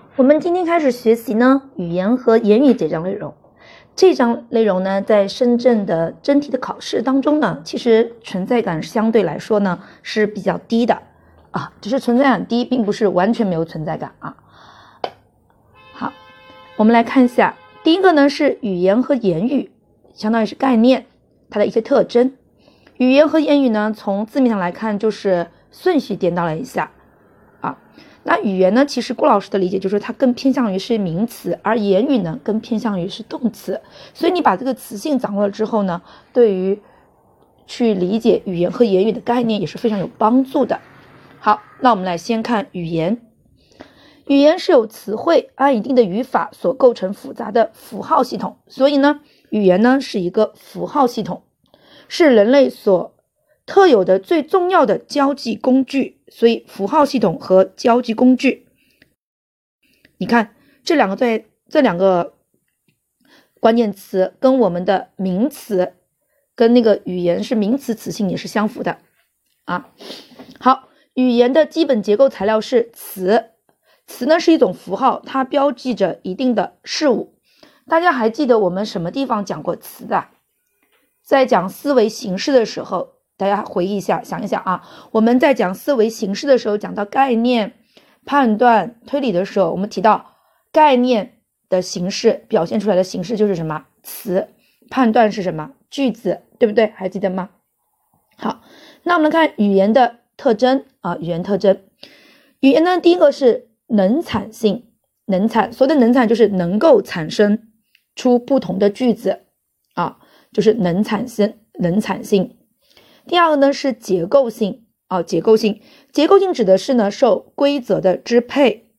我们今天开始学习呢语言和言语这章内容。这章内容呢，在深圳的真题的考试当中呢，其实存在感相对来说呢是比较低的啊，只是存在感低，并不是完全没有存在感啊。好，我们来看一下，第一个呢是语言和言语，相当于是概念，它的一些特征。语言和言语呢，从字面上来看就是顺序颠倒了一下啊。那语言呢，其实郭老师的理解就是它更偏向于是名词，而言语呢更偏向于是动词。所以你把这个词性掌握了之后呢，对于去理解语言和言语的概念也是非常有帮助的。好，那我们来先看语言。语言是由词汇按一定的语法所构成复杂的符号系统，所以呢，语言呢是一个符号系统，是人类所特有的最重要的交际工具。所以符号系统和交际工具，你看这两个关键词跟我们的名词跟那个语言是名词词性也是相符的啊。好，语言的基本结构材料是词，词呢是一种符号，它标记着一定的事物。大家还记得我们什么地方讲过词的？在讲思维形式的时候，大家回忆一下，想一想啊，我们在讲思维形式的时候，讲到概念、判断、推理的时候，我们提到概念的形式表现出来的形式就是什么？词。判断是什么？句子，对不对？还记得吗？好，那我们看语言的特征啊，语言特征。语言呢，第一个是能产性，能产，所谓的能产就是能够产生出不同的句子啊，就是能产性。第二个呢是结构性啊，结构性指的是呢受规则的支配。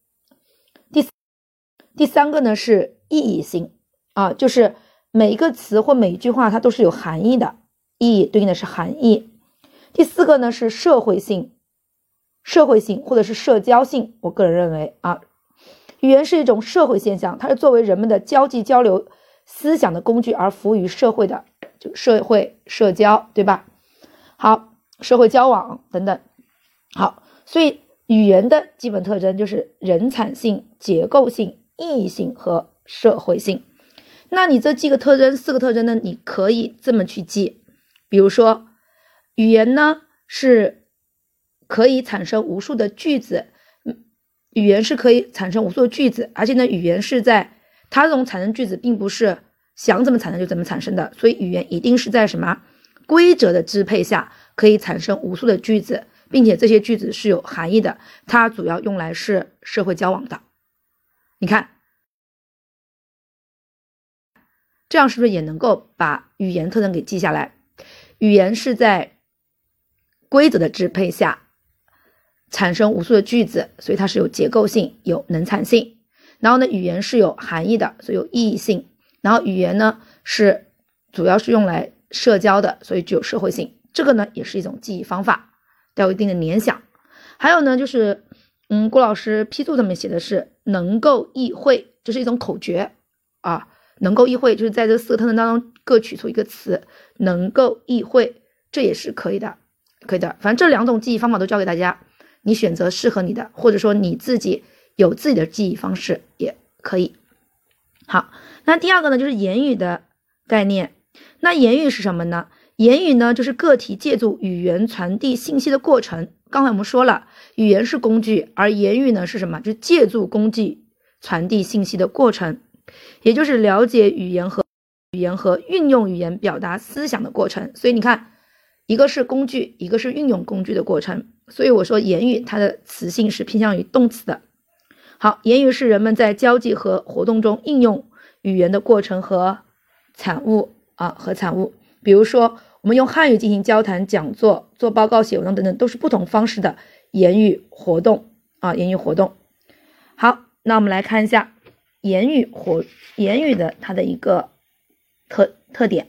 第三个呢是意义性啊，就是每一个词或每一句话它都是有含义的，意义对应的是含义。第四个呢是社会性或者是社交性，我个人认为啊，语言是一种社会现象，它是作为人们的交际交流思想的工具而服务于社会的，就社会社交，对吧？好，社会交往等等。好，所以语言的基本特征就是人产性、结构性、意义性和社会性。那你这几个特征，4个特征呢，你可以这么去记。比如说，语言呢是可以产生无数的句子，语言是可以产生无数的句子，而且呢，语言是在它这种产生句子并不是想怎么产生就怎么产生的，所以语言一定是在什么规则的支配下可以产生无数的句子，并且这些句子是有含义的，它主要用来是社会交往的。你看这样是不是也能够把语言特征给记下来？语言是在规则的支配下产生无数的句子，所以它是有结构性，有能产性。然后呢，语言是有含义的，所以有意义性。然后语言呢是主要是用来社交的，所以具有社会性。这个呢也是一种记忆方法，带有一定的联想。还有呢就是郭老师批注上面写的是能够意会，这是一种口诀啊，能够意会就是在这4个特征当中各取出一个词，能够意会，这也是可以的。反正这2种记忆方法都教给大家，你选择适合你的，或者说你自己有自己的记忆方式也可以。好，那第二个呢就是言语的概念。那言语是什么呢？言语呢就是个体借助语言传递信息的过程。刚才我们说了，语言是工具，而言语呢是什么？就是借助工具传递信息的过程，也就是了解语言和运用语言表达思想的过程。所以你看，一个是工具，一个是运用工具的过程。所以我说言语它的词性是偏向于动词的。好，言语是人们在交际和活动中应用语言的过程和产物啊，比如说我们用汉语进行交谈、讲座、做报告、写文章等等，都是不同方式的言语活动啊，言语活动。好，那我们来看一下言语的它的一个特点。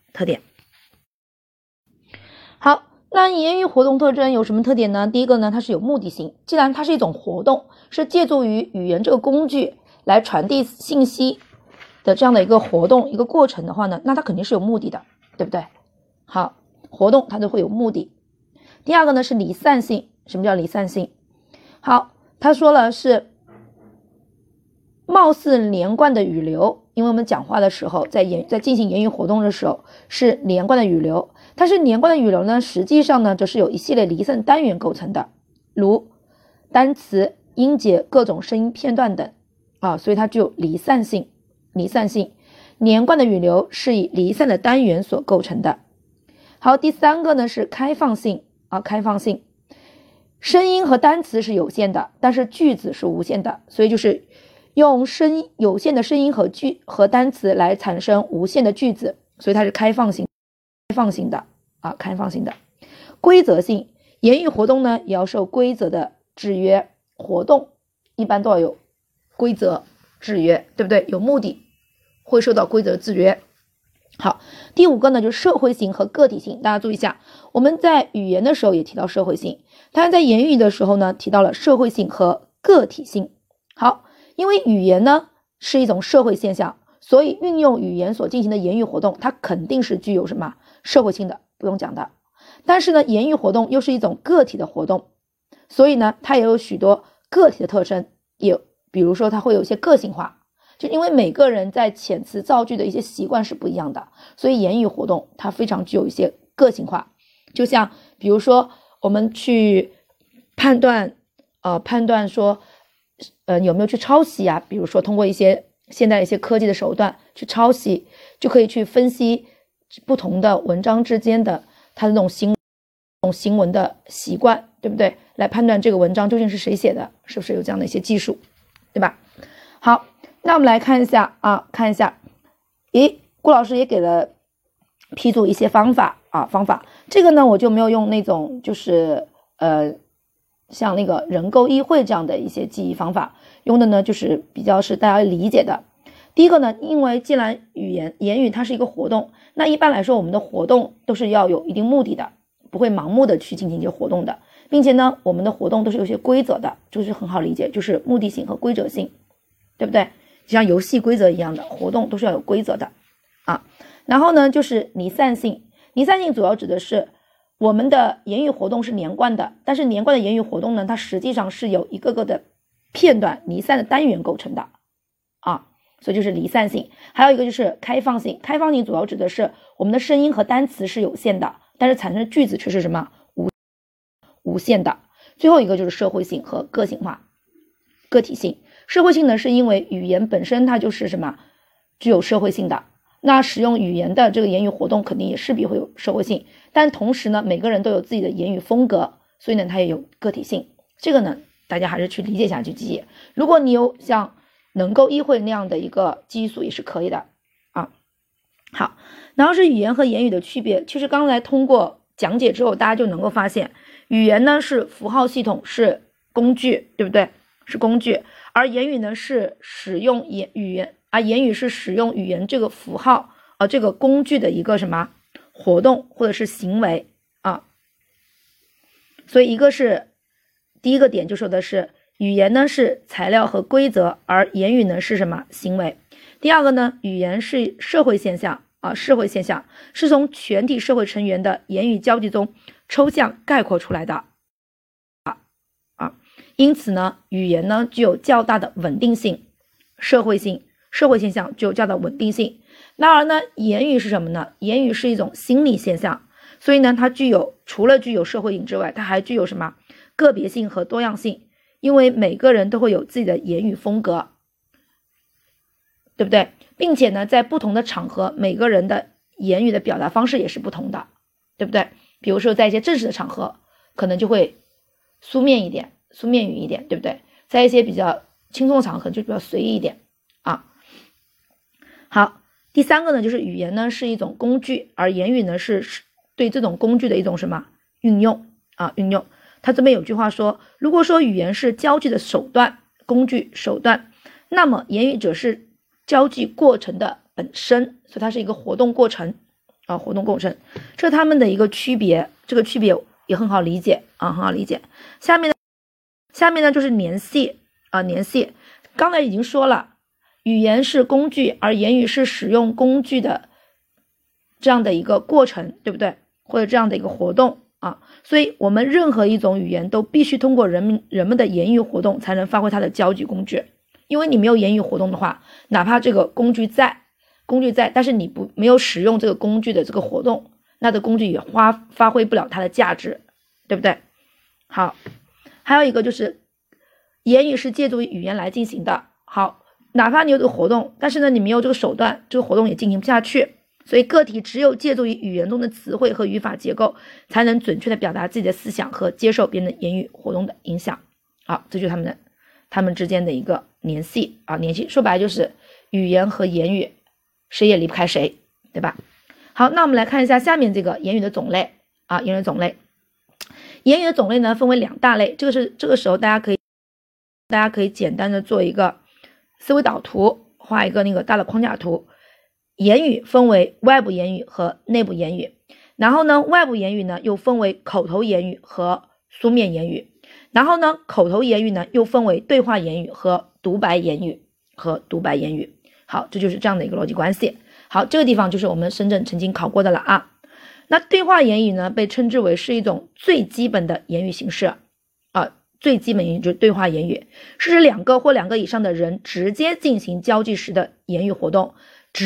好，那言语活动特征有什么特点呢？第一个呢，它是有目的性，既然它是一种活动，是借助于语言这个工具来传递信息的这样的一个活动一个过程的话呢，那它肯定是有目的的，对不对？好，活动它就会有目的。第二个呢是离散性。什么叫离散性？好，他说了是貌似连贯的语流，因为我们讲话的时候，在进行言语活动的时候是连贯的语流，但是连贯的语流呢，实际上呢，就是由一系列离散单元构成的，如单词、音节、各种声音片段等啊，所以它具有离散性。连贯的语流是以离散的单元所构成的。好，第三个呢是开放性啊，开放性。声音和单词是有限的，但是句子是无限的，所以就是用有限的声音和单词来产生无限的句子，所以它是开放性的。规则性，言语活动呢也要受规则的制约，活动一般都要有规则制约，对不对？有目的会受到规则制约。好，第五个呢就是社会性和个体性，大家注意一下，我们在语言的时候也提到社会性，但是在言语的时候呢提到了社会性和个体性。好，因为语言呢是一种社会现象，所以运用语言所进行的言语活动，它肯定是具有什么社会性的，不用讲的。但是呢，言语活动又是一种个体的活动，所以呢，它也有许多个体的特征，也比如说它会有一些个性化。就因为每个人在遣词造句的一些习惯是不一样的，所以言语活动它非常具有一些个性化。就像比如说我们去判断说有没有去抄袭啊，比如说通过一些现代一些科技的手段去抄袭，就可以去分析不同的文章之间的它的那种行文的习惯，对不对？来判断这个文章究竟是谁写的，是不是有这样的一些技术，对吧？好，那我们来看一下，顾老师也给了批注一些方法，这个呢我就没有用那种就是像那个人构意会这样的一些记忆方法，用的呢就是比较是大家理解的。第一个呢，因为既然言语它是一个活动，那一般来说我们的活动都是要有一定目的的，不会盲目的去进行一些活动的，并且呢我们的活动都是有些规则的，就是很好理解，就是目的性和规则性，对不对？就像游戏规则一样的活动都是要有规则的啊。然后呢就是离散性，离散性主要指的是我们的言语活动是连贯的，但是连贯的言语活动呢，它实际上是由一个个的片段离散的单元构成的啊，所以就是离散性。还有一个就是开放性，开放性主要指的是我们的声音和单词是有限的，但是产生的句子却是什么无限的。最后一个就是社会性和个体性。社会性呢是因为语言本身它就是什么具有社会性的，那使用语言的这个言语活动肯定也势必会有社会性，但同时呢每个人都有自己的言语风格，所以呢它也有个体性。这个呢大家还是去理解一下去记忆，如果你有像能够意会那样的一个记忆术也是可以的啊。好，然后是语言和言语的区别，其实刚才通过讲解之后大家就能够发现，语言呢是符号系统，是工具，对不对？是工具，而言语呢是使用言语是使用语言这个符号这个工具的一个什么活动或者是行为啊。所以第一个点就说的是语言呢是材料和规则，而言语呢是什么行为。第二个呢，语言是社会现象是从全体社会成员的言语交际中抽象概括出来的因此呢语言呢具有较大的稳定性，社会现象具有较大的稳定性。然而呢言语是什么呢？言语是一种心理现象，所以呢它除了具有社会性之外，它还具有什么个别性和多样性，因为每个人都会有自己的言语风格，对不对？并且呢在不同的场合每个人的言语的表达方式也是不同的，对不对？比如说在一些正式的场合可能就会书面语一点，对不对？在一些比较轻松的场合就比较随意一点啊。好，第三个呢就是语言呢是一种工具，而言语呢是对这种工具的一种什么运用。他这边有句话说，如果说语言是交际的手段，工具手段，那么言语则是交际过程的本身，所以它是一个活动过程，这是他们的一个区别，这个区别也很好理解。下面呢就是联系。刚才已经说了，语言是工具，而言语是使用工具的这样的一个过程，对不对？或者这样的一个活动所以我们任何一种语言都必须通过人们的言语活动才能发挥它的交际工具， 因为你没有言语活动的话，哪怕这个工具在，但是你没有使用这个工具的这个活动，那这工具也发挥不了它的价值，对不对？好，还有一个就是言语是借助于语言来进行的。好，哪怕你有这个活动，但是呢你没有这个手段，这个活动也进行不下去。所以个体只有借助于语言中的词汇和语法结构，才能准确的表达自己的思想和接受别人的言语活动的影响。好，这就是他们之间的一个联系啊，说白了就是语言和言语谁也离不开谁，对吧？好，那我们来看一下下面这个言语的种类啊，言语的种类。言语的种类呢分为2大类，这个时候大家可以简单的做一个思维导图，画一个那个大的框架图。言语分为外部言语和内部言语，然后呢外部言语呢又分为口头言语和书面言语，然后呢口头言语呢又分为对话言语和独白言语。好，这就是这样的一个逻辑关系。好，这个地方就是我们深圳曾经考过的了啊。那对话言语呢被称之为是一种最基本的言语形式啊，最基本言语就是对话言语，是指2个或2个以上的人直接进行交际时的言语活动，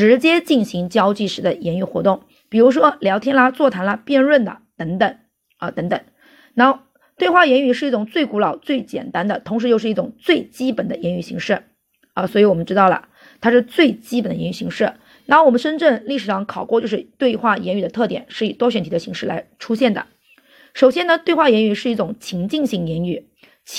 比如说聊天啦、座谈啦、辩论的等等。然后对话言语是一种最古老、最简单的，同时又是一种最基本的言语形式啊，所以我们知道了它是最基本的言语形式。然后我们深圳历史上考过，就是对话言语的特点是以多选题的形式来出现的。首先呢，对话言语是一种情境性言语，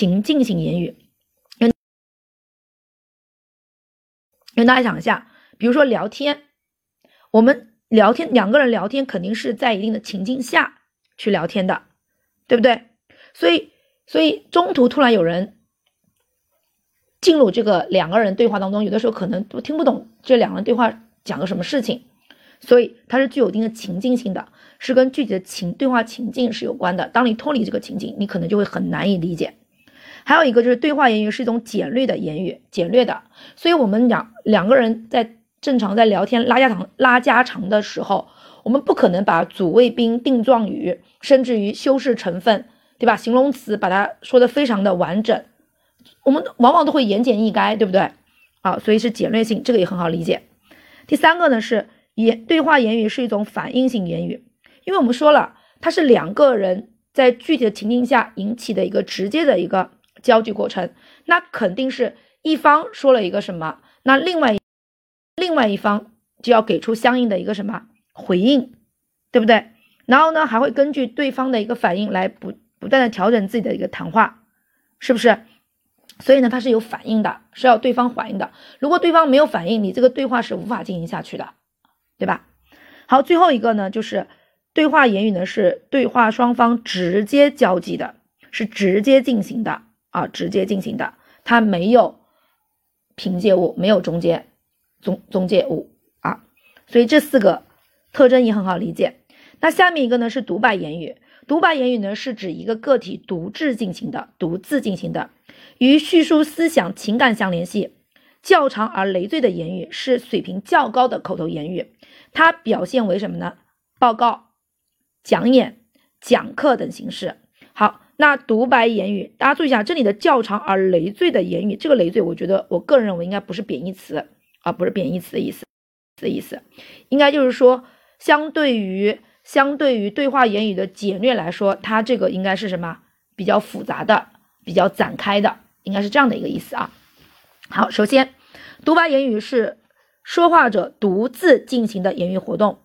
跟大家想一下，比如说聊天，我们聊天2个人聊天肯定是在一定的情境下去聊天的，对不对？所以中途突然有人进入这个2个人对话当中，有的时候可能都听不懂这2个人对话讲个什么事情，所以它是具有一定的情境性的，是跟具体的对话情境是有关的。当你脱离这个情境，你可能就会很难以理解。还有一个就是对话言语是一种简略的言语，所以我们两个人在正常在聊天拉家常的时候，我们不可能把主谓宾、定状语，甚至于修饰成分，对吧？形容词把它说得非常的完整，我们往往都会言简意赅，对不对？啊，所以是简略性，这个也很好理解。第3个呢是对话言语是一种反应性言语，因为我们说了，它是2个人在具体的情境下引起的一个直接的一个交际过程，那肯定是一方说了一个什么，那另外一方就要给出相应的一个什么回应，对不对？然后呢还会根据对方的一个反应来不断的调整自己的一个谈话，是不是？所以呢它是有反应的，是要对方反应的，如果对方没有反应，你这个对话是无法进行下去的，对吧？好，最后一个呢就是对话言语呢是对话双方直接交际的，是直接进行的啊，它没有凭借物，没有中介物啊，所以这4个特征也很好理解。那下面一个呢是独白言语，呢是指一个个体独自进行的，与叙述思想情感相联系，较长而累赘的言语是水平较高的口头言语，它表现为什么呢？报告、讲演、讲课等形式。好，那独白言语，大家注意一下，这里的较长而累赘的言语，这个累赘我个人认为应该不是贬义词啊，不是贬义词的意思，应该就是说相对于对话言语的简略来说，它这个应该是什么？比较复杂的，比较展开的，应该是这样的一个意思啊。好，首先独白言语是说话者独自进行的言语活动，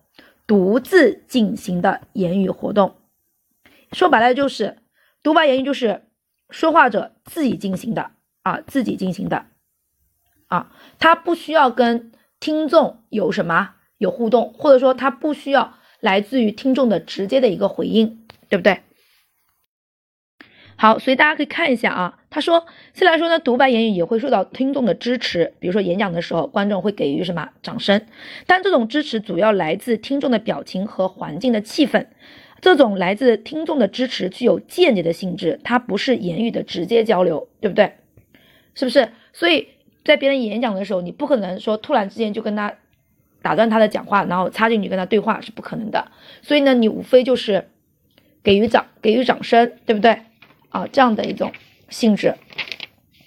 说白了就是独白言语就是说话者自己进行的啊，他不需要跟听众有互动，或者说他不需要来自于听众的直接的一个回应，对不对？好，所以大家可以看一下啊，他说虽然说呢独白言语也会受到听众的支持，比如说演讲的时候观众会给予什么掌声，但这种支持主要来自听众的表情和环境的气氛，这种来自听众的支持具有间接的性质，它不是言语的直接交流，对不对？是不是？所以在别人演讲的时候，你不可能说突然之间就跟他打断他的讲话，然后插进去跟他对话，是不可能的。所以呢，你无非就是给予掌声，对不对？啊，这样的一种性质。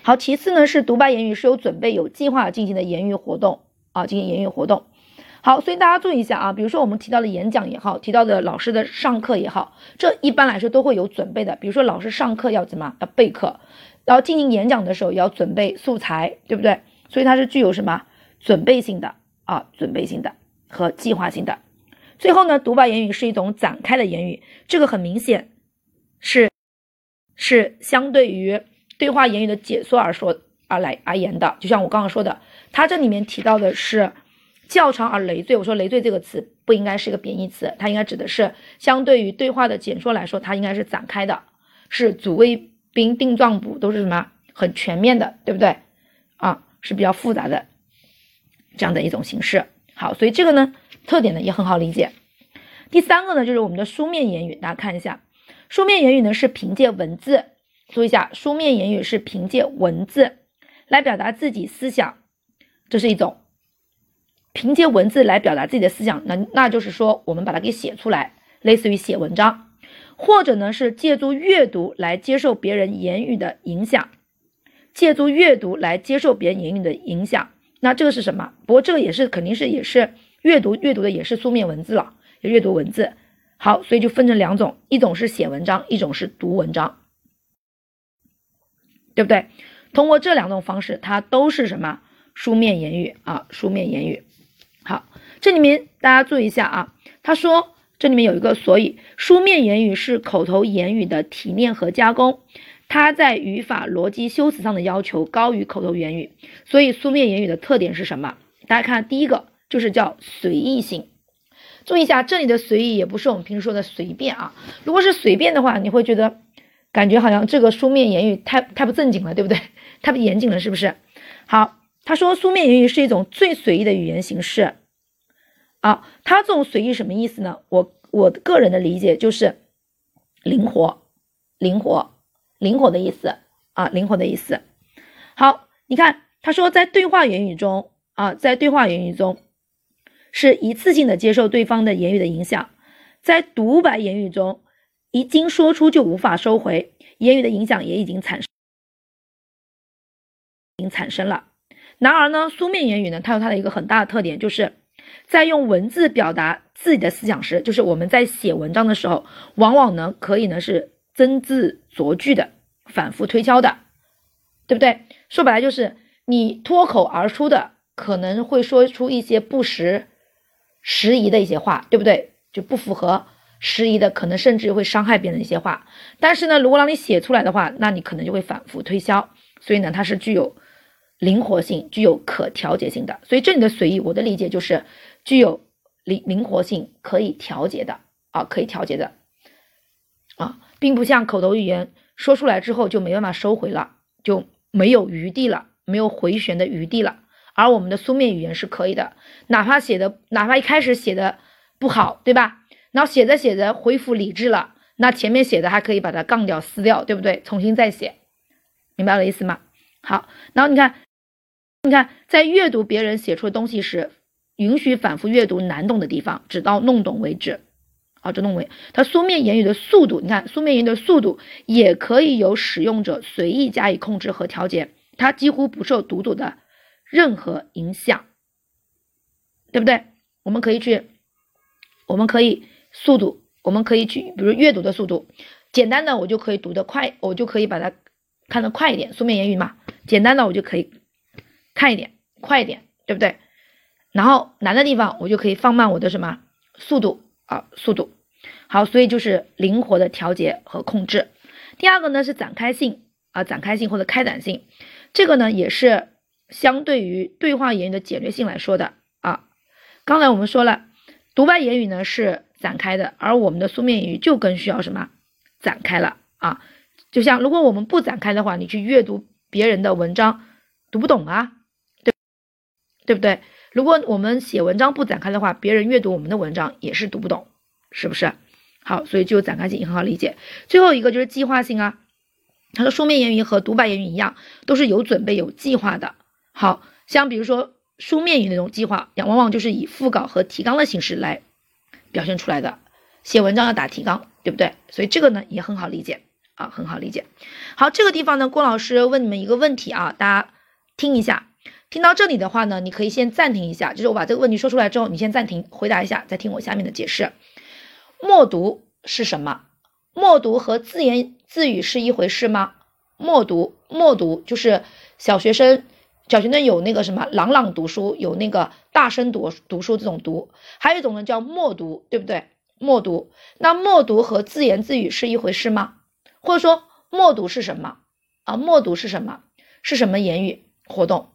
好，其次呢是独白言语是有准备有计划进行的言语活动啊，进行言语活动。好，所以大家注意一下啊，比如说我们提到的演讲也好，提到的老师的上课也好，这一般来说都会有准备的。比如说老师上课要怎么要备课，然后进行演讲的时候也要准备素材，对不对？所以它是具有什么准备性的啊，准备性的和计划性的。最后呢，独白言语是一种展开的言语，这个很明显是相对于对话言语的解说而言的。就像我刚刚说的，它这里面提到的是较长而累赘，我说累赘这个词不应该是一个贬义词，它应该指的是相对于对话的解说来说，它应该是展开的，是主谓宾定状补都是什么很全面的，对不对啊？是比较复杂的这样的一种形式。好，所以这个呢特点呢也很好理解。第三个呢就是我们的书面言语，大家看一下，书面言语呢是凭借文字，注意一下，书面言语是凭借文字来表达自己思想，这是一种凭借文字来表达自己的思想，那就是说我们把它给写出来，类似于写文章，或者呢是借助阅读来接受别人言语的影响，借助阅读来接受别人言语的影响。那这个是什么？不过这个也是肯定是也是阅读的也是书面文字了，也阅读文字。好，所以就分成两种，一种是写文章，一种是读文章，对不对？通过这两种方式，它都是什么？书面言语啊，书面言语。好，这里面大家注意一下啊，他说这里面有一个所以，书面言语是口头言语的提炼和加工，它在语法、逻辑、修辞上的要求高于口头言语，所以书面言语的特点是什么？大家看第一个就是叫随意性。注意一下，这里的随意也不是我们平时说的随便啊，如果是随便的话，你会觉得感觉好像这个书面言语太不正经了，对不对？太不严谨了，是不是？好，他说书面言语是一种最随意的语言形式啊，它这种随意什么意思呢？我个人的理解就是灵活的意思啊，灵活的意思。好，你看他说在对话言语中是一次性的接受对方的言语的影响，在独白言语中一经说出就无法收回，言语的影响也已经产生了。然而呢，书面言语呢，它有它的一个很大的特点，就是在用文字表达自己的思想时，就是我们在写文章的时候，往往呢可以呢是斟字酌句的，反复推敲的，对不对？说白了就是你脱口而出的可能会说出一些不时宜的一些话，对不对？就不符合时宜的，可能甚至会伤害别人的一些话。但是呢，如果让你写出来的话，那你可能就会反复推敲，所以呢，它是具有灵活性，具有可调节性的。所以这里的随意，我的理解就是具有灵活性，可以调节的啊，可以调节的啊，并不像口头语言说出来之后就没办法收回了，就没有余地了，没有回旋的余地了。而我们的书面语言是可以的，哪怕一开始写的不好，对吧？然后写着恢复理智了，那前面写的还可以把它杠掉撕掉，对不对？重新再写，明白我的意思吗？好，然后你看在阅读别人写出的东西时，允许反复阅读难懂的地方，直到弄懂为止。好，这弄为它书面言语的速度，你看书面言语的速度也可以由使用者随意加以控制和调节，它几乎不受读者的任何影响，对不对？我们可以速度，我们可以去，比如阅读的速度，简单的我就可以读得快，我就可以把它看得快一点，书面言语嘛，简单的我就可以看一点，快一点，对不对？然后难的地方我就可以放慢我的什么速度啊，速度。好，所以就是灵活的调节和控制。第二个呢是展开性或者开展性，这个呢也是相对于对话言语的简略性来说的啊。刚才我们说了，独白言语呢是展开的，而我们的书面言语就更需要什么展开了啊。就像如果我们不展开的话，你去阅读别人的文章读不懂啊，对不对？如果我们写文章不展开的话，别人阅读我们的文章也是读不懂，是不是？好，所以就展开性也很好理解。最后一个就是计划性啊，他说书面言语和独白言语一样，都是有准备有计划的。好，像比如说书面语那种计划，往往就是以副稿和提纲的形式来表现出来的。写文章要打提纲，对不对？所以这个呢也很好理解啊，很好理解。好，这个地方呢，郭老师问你们一个问题啊，大家听一下。听到这里的话呢，你可以先暂停一下，就是我把这个问题说出来之后，你先暂停回答一下，再听我下面的解释。默读是什么？默读和自言自语是一回事吗？默读就是小学生有那个什么朗读书，有那个大声读书这种读，还有一种呢叫默读，对不对？默读，那默读和自言自语是一回事吗？或者说默读是什么啊？默读是什么？是什么言语活动？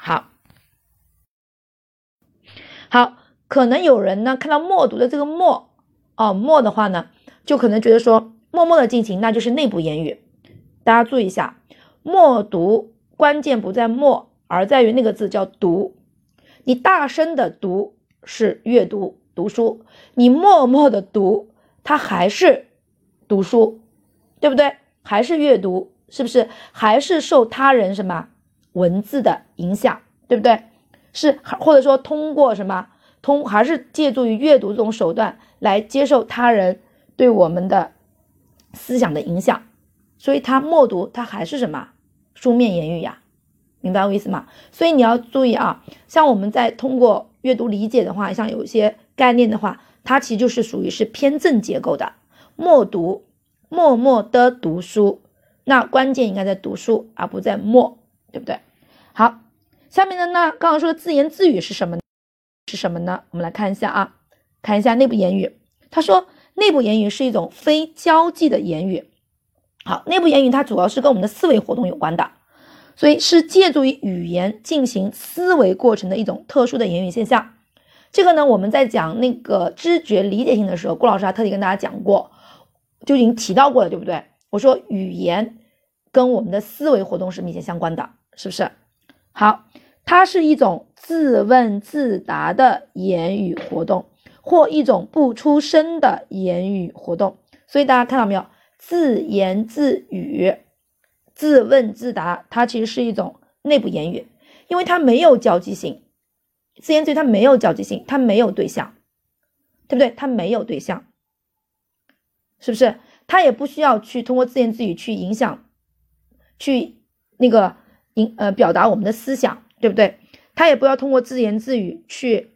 好，可能有人呢看到默读的这个默的话呢，就可能觉得说默默的进行，那就是内部言语。大家注意一下，默读关键不在默，而在于那个字叫读。你大声的读是阅读读书，你默默的读，它还是读书，对不对？还是阅读，是不是？还是受他人什么文字的影响，对不对？是，或者说通过什么还是借助于阅读这种手段来接受他人对我们的思想的影响，所以他默读，他还是什么书面言语呀？明白我意思吗？所以你要注意啊，像我们在通过阅读理解的话，像有一些概念的话，它其实就是属于是偏正结构的。默读，默默的读书，那关键应该在读书，而不在默，对不对？好，下面的呢，刚刚说的自言自语是什么呢？我们来看一下啊，看一下内部言语。他说，内部言语是一种非交际的言语。好，内部言语它主要是跟我们的思维活动有关的，所以是借助于语言进行思维过程的一种特殊的言语现象。这个呢，我们在讲那个知觉理解性的时候，郭老师还特地跟大家讲过，就已经提到过了，对不对？我说语言跟我们的思维活动是密切相关的，是不是？好，它是一种自问自答的言语活动，或一种不出声的言语活动。所以大家看到没有？自言自语、自问自答，它其实是一种内部言语，因为它没有交际性。自言自语它没有交际性，它没有对象，对不对？它没有对象，是不是？它也不需要去通过自言自语去影响，去那个表达我们的思想，对不对？它也不要通过自言自语去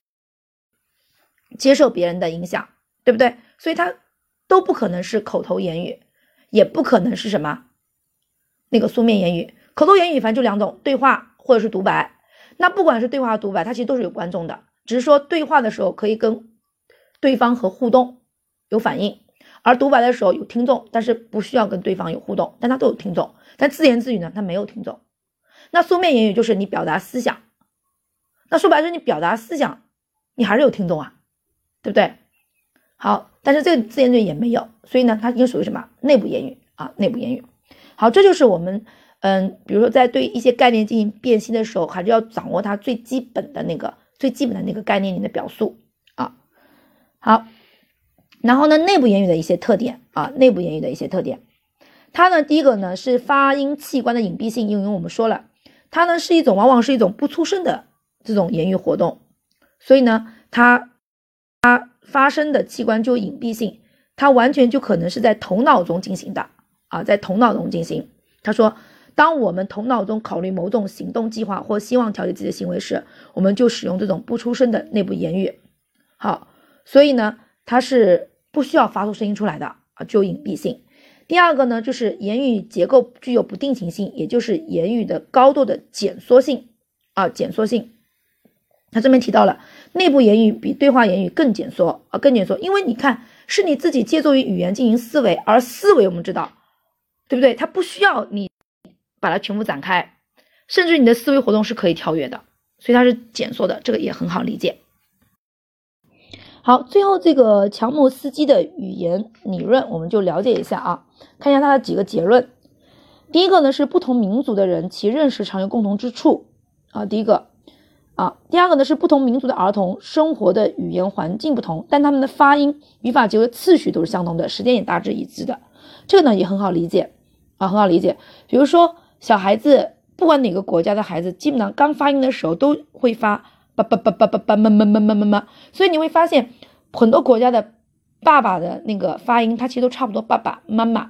接受别人的影响，对不对？所以它都不可能是口头言语，也不可能是什么那个书面言语。口头言语反正就两种，对话或者是独白。那不管是对话和独白，它其实都是有观众的，只是说对话的时候可以跟对方和互动有反应，而独白的时候有听众，但是不需要跟对方有互动，但它都有听众。但自言自语呢，它没有听众。那书面言语就是你表达思想，那说白了你表达思想，你还是有听众啊，对不对？好，但是这个自言自语也没有，所以呢，它应该属于什么内部言语啊？内部言语。好，这就是我们比如说在对一些概念进行辨析的时候，还是要掌握它最基本的那个概念里的表述啊。好，然后呢，内部言语的一些特点啊，内部言语的一些特点，它呢，第一个呢是发音器官的隐蔽性，因为我们说了，它呢是一种往往是一种不出声的这种言语活动，所以呢，它发声的器官就有隐蔽性，它完全就可能是在头脑中进行的啊，在头脑中进行。他说，当我们头脑中考虑某种行动计划或希望调节自己的行为时，我们就使用这种不出声的内部言语。好，所以呢，它是不需要发出声音出来的啊，具有隐蔽性。第二个呢，就是言语结构具有不定型性，也就是言语的高度的减缩性啊，减缩性。他这边提到了内部言语比对话言语更减缩啊，更减缩，因为你看是你自己借助于语言进行思维，而思维我们知道，对不对？它不需要你把它全部展开，甚至你的思维活动是可以跳跃的，所以它是减缩的，这个也很好理解。好，最后这个乔姆斯基的语言理论我们就了解一下啊，看一下他的几个结论。第一个呢是不同民族的人其认识常有共同之处啊，第二个呢是不同民族的儿童生活的语言环境不同，但他们的发音、语法结构次序都是相同的，时间也大致一致的，这个呢也很好理解啊，很好理解。比如说小孩子，不管哪个国家的孩子，基本上刚发音的时候都会发叭叭叭叭叭叭嘛，所以你会发现很多国家的爸爸的那个发音，它其实都差不多爸爸妈妈，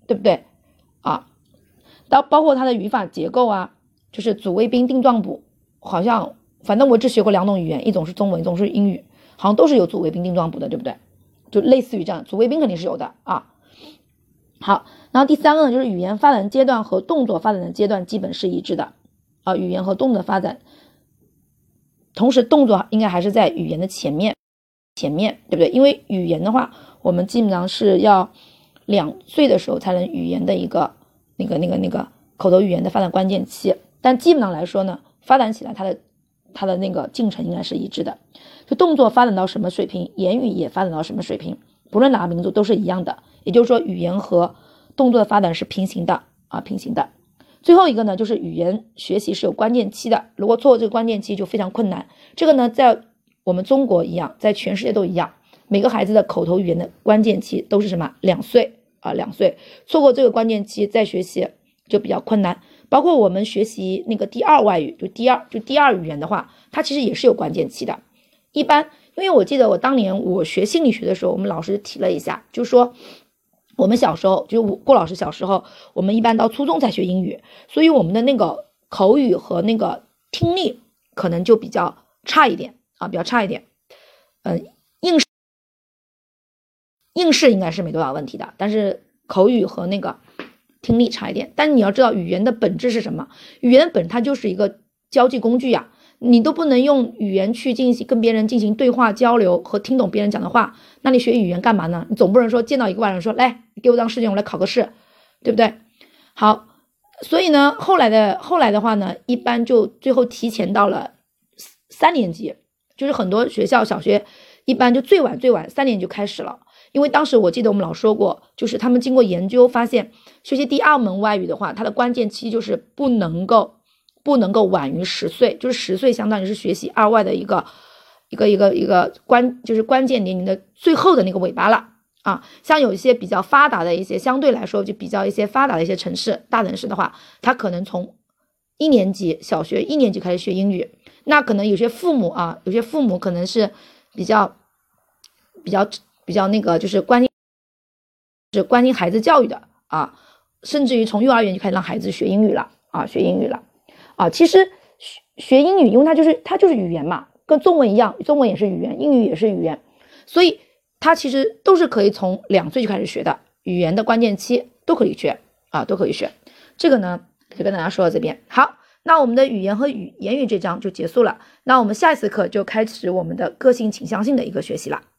对不对啊？包括它的语法结构啊，就是主谓宾定状补，好像反正我只学过2种语言，一种是中文，一种是英语，好像都是有主谓宾定状补的，对不对？就类似于这样，主谓宾肯定是有的啊。好，然后第3个呢，就是语言发展阶段和动作发展的阶段基本是一致的啊，语言和动作发展，同时动作应该还是在语言的前面，对不对？因为语言的话，我们基本上是要2岁的时候才能语言的一个口头语言的发展关键期，但基本上来说呢，发展起来它的那个进程应该是一致的。就动作发展到什么水平，言语也发展到什么水平，不论哪个民族都是一样的。也就是说，语言和动作的发展是平行的啊，平行的。最后一个呢，就是语言学习是有关键期的，如果错过这个关键期就非常困难。这个呢，在我们中国一样，在全世界都一样，每个孩子的口头语言的关键期都是什么？2岁啊，2岁，错过这个关键期再学习就比较困难。包括我们学习那个第2外语，就第二语言的话，它其实也是有关键期的。一般，因为我记得我当年我学心理学的时候，我们老师提了一下，就是说我们小时候，就郭老师小时候，我们一般到初中才学英语，所以我们的那个口语和那个听力可能就比较差一点啊，比较差一点。应试应该是没多少问题的，但是口语和那个听力差一点。但是你要知道语言的本质是什么？语言的本质它就是一个交际工具呀，你都不能用语言去跟别人进行对话交流和听懂别人讲的话，那你学语言干嘛呢？你总不能说见到一个外人说来给我当试卷，我来考个试，对不对？好，所以呢，后来的话呢，一般就最后提前到了3年级，就是很多学校小学一般就最晚3年就开始了。因为当时我记得我们老说过，就是他们经过研究发现，学习第2门外语的话，它的关键期就是不能够晚于10岁，就是10岁相当于是学习2外的一个就是关键年龄的最后的那个尾巴了啊。像有一些比较发达的一些，相对来说就比较一些发达的一些城市大城市的话，他可能从1年级小学1年级开始学英语，那可能有些父母可能是比较那个就是关心孩子教育的啊，甚至于从幼儿园就开始让孩子学英语了啊。其实学英语，因为它就是语言嘛，跟中文一样，中文也是语言，英语也是语言，所以它其实都是可以从2岁就开始学的，语言的关键期都可以学啊，都可以学。这个呢就跟大家说到这边。好，那我们的语言和言语这章就结束了，那我们下一次课就开始我们的个性倾向性的一个学习了。